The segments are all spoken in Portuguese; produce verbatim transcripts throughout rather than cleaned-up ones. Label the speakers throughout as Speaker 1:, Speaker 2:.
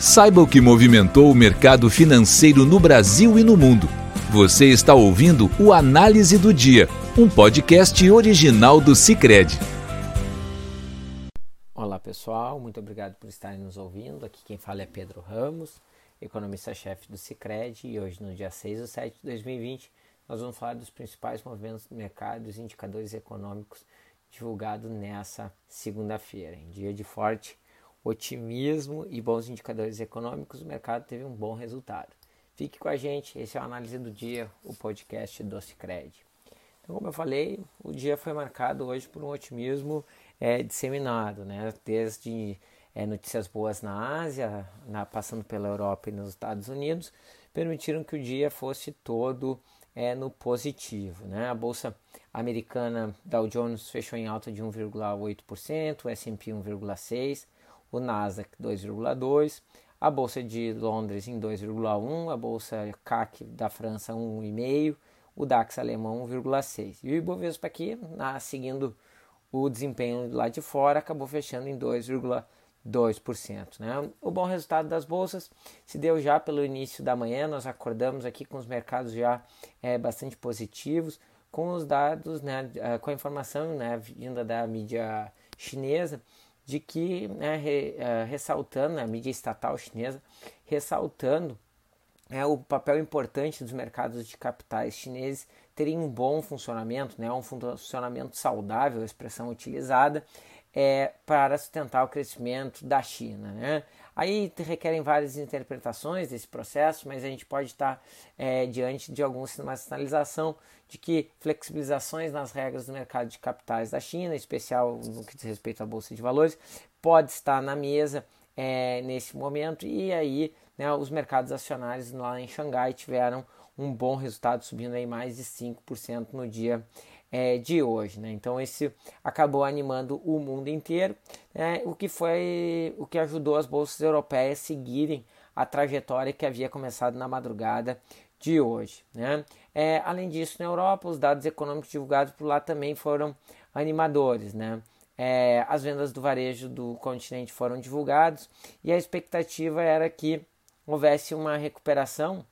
Speaker 1: Saiba o que movimentou o mercado financeiro no Brasil e no mundo. Você está ouvindo o Análise do Dia, um podcast original do Sicredi.
Speaker 2: Olá pessoal, muito obrigado por estarem nos ouvindo. Aqui quem fala é Pedro Ramos, economista-chefe do Sicredi, e hoje no dia seis de setembro de dois mil e vinte nós vamos falar dos principais movimentos do mercado e os indicadores econômicos divulgados nessa segunda-feira. Em dia de forte otimismo e bons indicadores econômicos, o mercado teve um bom resultado. Fique com a gente, esse é o Análise do Dia, o podcast do Sicredi. Então, como eu falei, o dia foi marcado hoje por um otimismo é, disseminado, né? Desde é, notícias boas na Ásia, na, passando pela Europa e nos Estados Unidos, permitiram que o dia fosse todo é, no positivo, né? A bolsa americana Dow Jones fechou em alta de um vírgula oito por cento, o S and P um vírgula seis por cento, o Nasdaq dois vírgula dois por cento, a Bolsa de Londres em dois vírgula um por cento, a Bolsa C A C da França um vírgula cinco por cento, o DAX alemão um vírgula seis por cento. E o Ibovespa aqui, na, seguindo o desempenho lá de fora, acabou fechando em dois vírgula dois por cento. Né? O bom resultado das bolsas se deu já pelo início da manhã, nós acordamos aqui com os mercados já é, bastante positivos, com os dados, né, com a informação, né, vinda da mídia chinesa, de que, né, re, uh, ressaltando, né, a mídia estatal chinesa, ressaltando é, o papel importante dos mercados de capitais chineses terem um bom funcionamento, né, um funcionamento saudável, a expressão utilizada, é, para sustentar o crescimento da China. Né? Aí requerem várias interpretações desse processo, mas a gente pode estar é, diante de alguma sinalização de que flexibilizações nas regras do mercado de capitais da China, em especial no que diz respeito à Bolsa de Valores, pode estar na mesa é, nesse momento, e aí né, os mercados acionários lá em Xangai tiveram um bom resultado, subindo aí mais de cinco por cento no dia é, de hoje. Né? Então esse acabou animando o mundo inteiro, né, o que foi o que ajudou as bolsas europeias a seguirem a trajetória que havia começado na madrugada de hoje. Né? É, além disso, na Europa, os dados econômicos divulgados por lá também foram animadores. Né? É, as vendas do varejo do continente foram divulgadas e a expectativa era que houvesse uma recuperação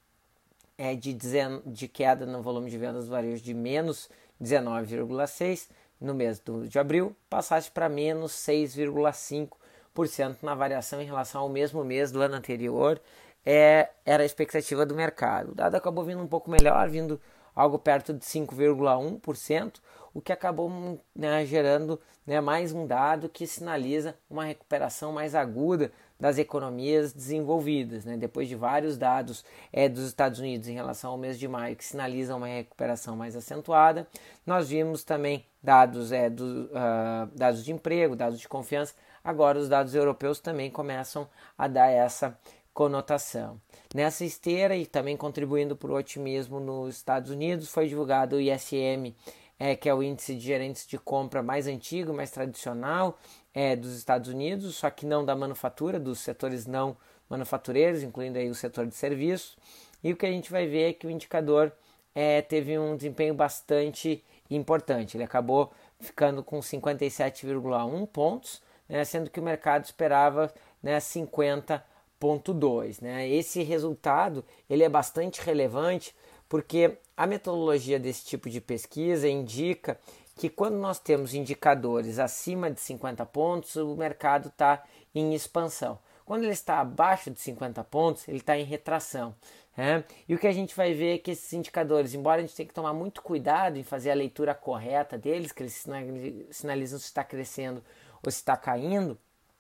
Speaker 2: é, de, de queda no volume de vendas do varejo de menos dezenove vírgula seis por cento no mês do, de abril, passasse para menos seis vírgula cinco por cento na variação em relação ao mesmo mês do ano anterior. É, era a expectativa do mercado. O dado acabou vindo um pouco melhor, vindo algo perto de cinco vírgula um por cento, o que acabou né, gerando né, mais um dado que sinaliza uma recuperação mais aguda das economias desenvolvidas. Né? Depois de vários dados é, dos Estados Unidos em relação ao mês de maio que sinalizam uma recuperação mais acentuada, nós vimos também dados, é, do, uh, dados de emprego, dados de confiança. Agora os dados europeus também começam a dar essa conotação. Nessa esteira e também contribuindo para o otimismo nos Estados Unidos, foi divulgado o I S M, é, que é o índice de gerentes de compra mais antigo, mais tradicional é, dos Estados Unidos, só que não da manufatura, dos setores não manufatureiros, incluindo aí o setor de serviços. E o que a gente vai ver é que o indicador é, teve um desempenho bastante importante. Ele acabou ficando com cinquenta e sete vírgula um pontos, né, sendo que o mercado esperava né, cinquenta vírgula dois. Né? Esse resultado ele é bastante relevante porque a metodologia desse tipo de pesquisa indica que quando nós temos indicadores acima de cinquenta pontos, o mercado está em expansão. Quando ele está abaixo de cinquenta pontos, ele está em retração. Né? E o que a gente vai ver é que esses indicadores, embora a gente tenha que tomar muito cuidado em fazer a leitura correta deles, que eles sinalizam se está crescendo ou se está caindo,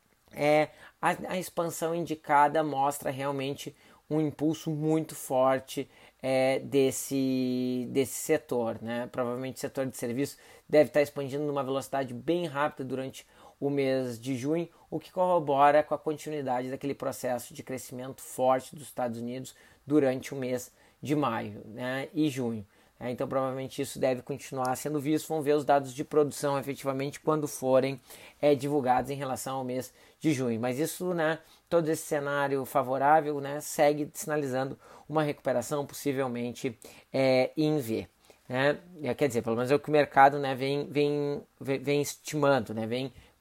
Speaker 2: é, a, a expansão indicada mostra realmente um impulso muito forte é, desse, desse setor. Né? Provavelmente o setor de serviços deve estar expandindo numa velocidade bem rápida durante o mês de junho, o que corrobora com a continuidade daquele processo de crescimento forte dos Estados Unidos durante o mês de maio né, e junho. É, então, provavelmente isso deve continuar sendo visto. Vamos ver os dados de produção efetivamente quando forem é, divulgados em relação ao mês de junho. Mas isso, né, todo esse cenário favorável né, segue sinalizando uma recuperação possivelmente é, em V. Né? Quer dizer, pelo menos é o que o mercado né, vem, vem, vem estimando, né, vem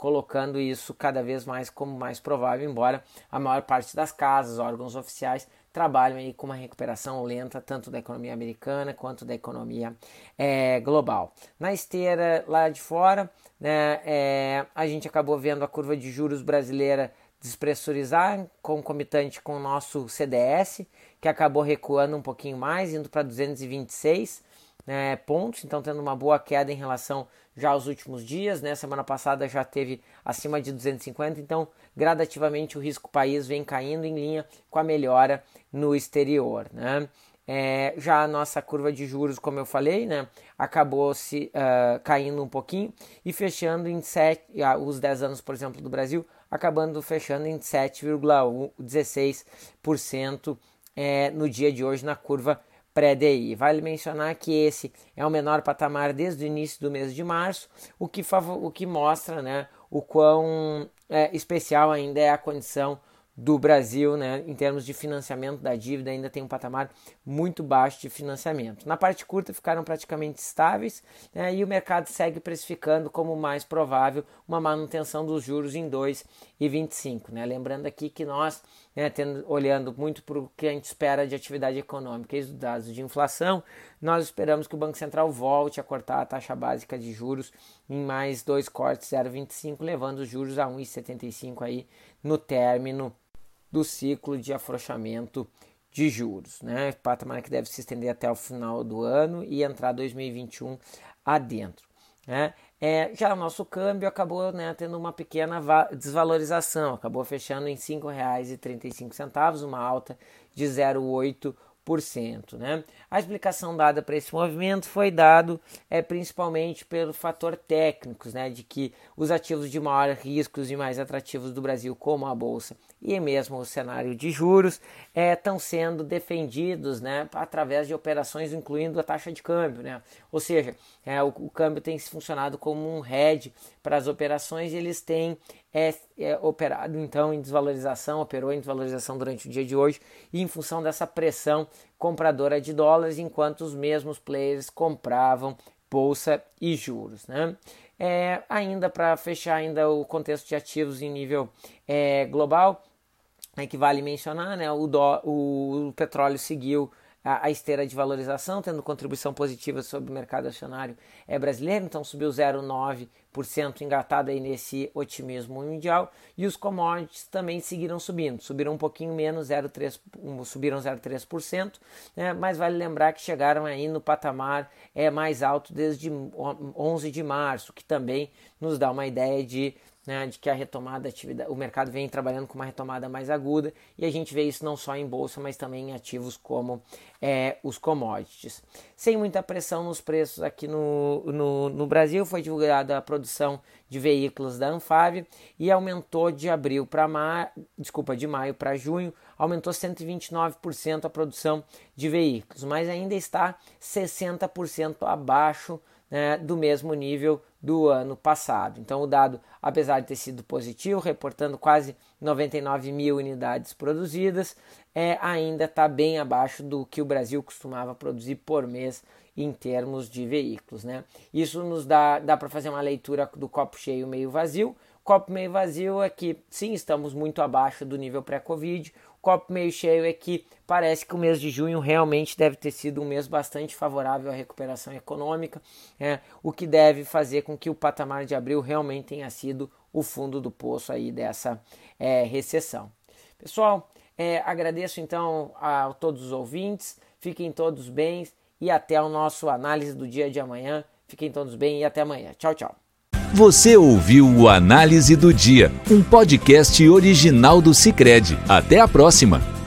Speaker 2: colocando isso cada vez mais como mais provável, embora a maior parte das casas, órgãos oficiais, trabalham aí com uma recuperação lenta, tanto da economia americana quanto da economia é, global. Na esteira lá de fora, né, é, a gente acabou vendo a curva de juros brasileira despressurizar, concomitante com o nosso C D S, que acabou recuando um pouquinho mais, indo para duzentos e vinte e seis né, pontos, então tendo uma boa queda em relação já aos últimos dias, né? Semana passada já teve acima de duzentos e cinquenta, então gradativamente o risco país vem caindo em linha com a melhora no exterior, né? É, já a nossa curva de juros, como eu falei, né, acabou se uh, caindo um pouquinho e fechando em sete, uh, os dez anos, por exemplo, do Brasil, acabando fechando em sete vírgula dezesseis por cento é, no dia de hoje na curva pré-D I. Vale mencionar que esse é o menor patamar desde o início do mês de março, o que, o que mostra, né, o quão é, especial ainda é a condição do Brasil, né, em termos de financiamento da dívida, ainda tem um patamar muito baixo de financiamento. Na parte curta ficaram praticamente estáveis, né, e o mercado segue precificando como mais provável uma manutenção dos juros em dois vírgula vinte e cinco. Né? Lembrando aqui que nós, né, tendo, olhando muito para o que a gente espera de atividade econômica e os dados de inflação, nós esperamos que o Banco Central volte a cortar a taxa básica de juros em mais dois cortes zero vírgula vinte e cinco, levando os juros a um vírgula setenta e cinco aí no término do ciclo de afrouxamento de juros, né? Patamar que deve se estender até o final do ano e entrar dois mil e vinte e um adentro, né? É, já o nosso câmbio acabou, né, tendo uma pequena desvalorização, acabou fechando em cinco reais e trinta e cinco centavos, uma alta de zero vírgula oito por cento, né? A explicação dada para esse movimento foi dado é, principalmente pelo fator técnicos, né, de que os ativos de maior risco e mais atrativos do Brasil, como a Bolsa e mesmo o cenário de juros, estão é, sendo defendidos, né, através de operações incluindo a taxa de câmbio, né? Ou seja, é, o, o câmbio tem funcionado como um hedge para as operações e eles têm é, é, operado então em desvalorização, operou em desvalorização durante o dia de hoje e em função dessa pressão compradora de dólares, enquanto os mesmos players compravam bolsa e juros, né? É, ainda para fechar ainda o contexto de ativos em nível é, global, é que vale mencionar, né, o, dó, o, o petróleo seguiu a, a esteira de valorização, tendo contribuição positiva sobre o mercado acionário é, brasileiro, então subiu zero vírgula nove por cento engatado aí nesse otimismo mundial, e os commodities também seguiram subindo, subiram um pouquinho menos, zero vírgula três por cento, subiram zero vírgula três por cento, né, mas vale lembrar que chegaram aí no patamar é, mais alto desde onze de março, que também nos dá uma ideia de Né, de que a retomada da atividade, o mercado vem trabalhando com uma retomada mais aguda e a gente vê isso não só em bolsa, mas também em ativos como é, os commodities. Sem muita pressão nos preços aqui no, no, no Brasil, foi divulgada a produção de veículos da Anfavea e aumentou de abril para maio, desculpa, de maio para junho, aumentou cento e vinte e nove por cento a produção de veículos, mas ainda está sessenta por cento abaixo, né, do mesmo nível do ano passado. Então o dado, apesar de ter sido positivo, reportando quase noventa e nove mil unidades produzidas, é, ainda está bem abaixo do que o Brasil costumava produzir por mês em termos de veículos, né? Isso nos dá, dá para fazer uma leitura do copo cheio meio vazio. Copo meio vazio é que sim, estamos muito abaixo do nível pré-Covid. Copo meio cheio é que parece que o mês de junho realmente deve ter sido um mês bastante favorável à recuperação econômica, é, o que deve fazer com que o patamar de abril realmente tenha sido o fundo do poço aí dessa é, recessão. Pessoal, é, agradeço então a todos os ouvintes, fiquem todos bem e até o nosso análise do dia de amanhã. Fiquem todos bem e até amanhã. Tchau, tchau.
Speaker 1: Você ouviu o Análise do Dia, um podcast original do Sicredi. Até a próxima!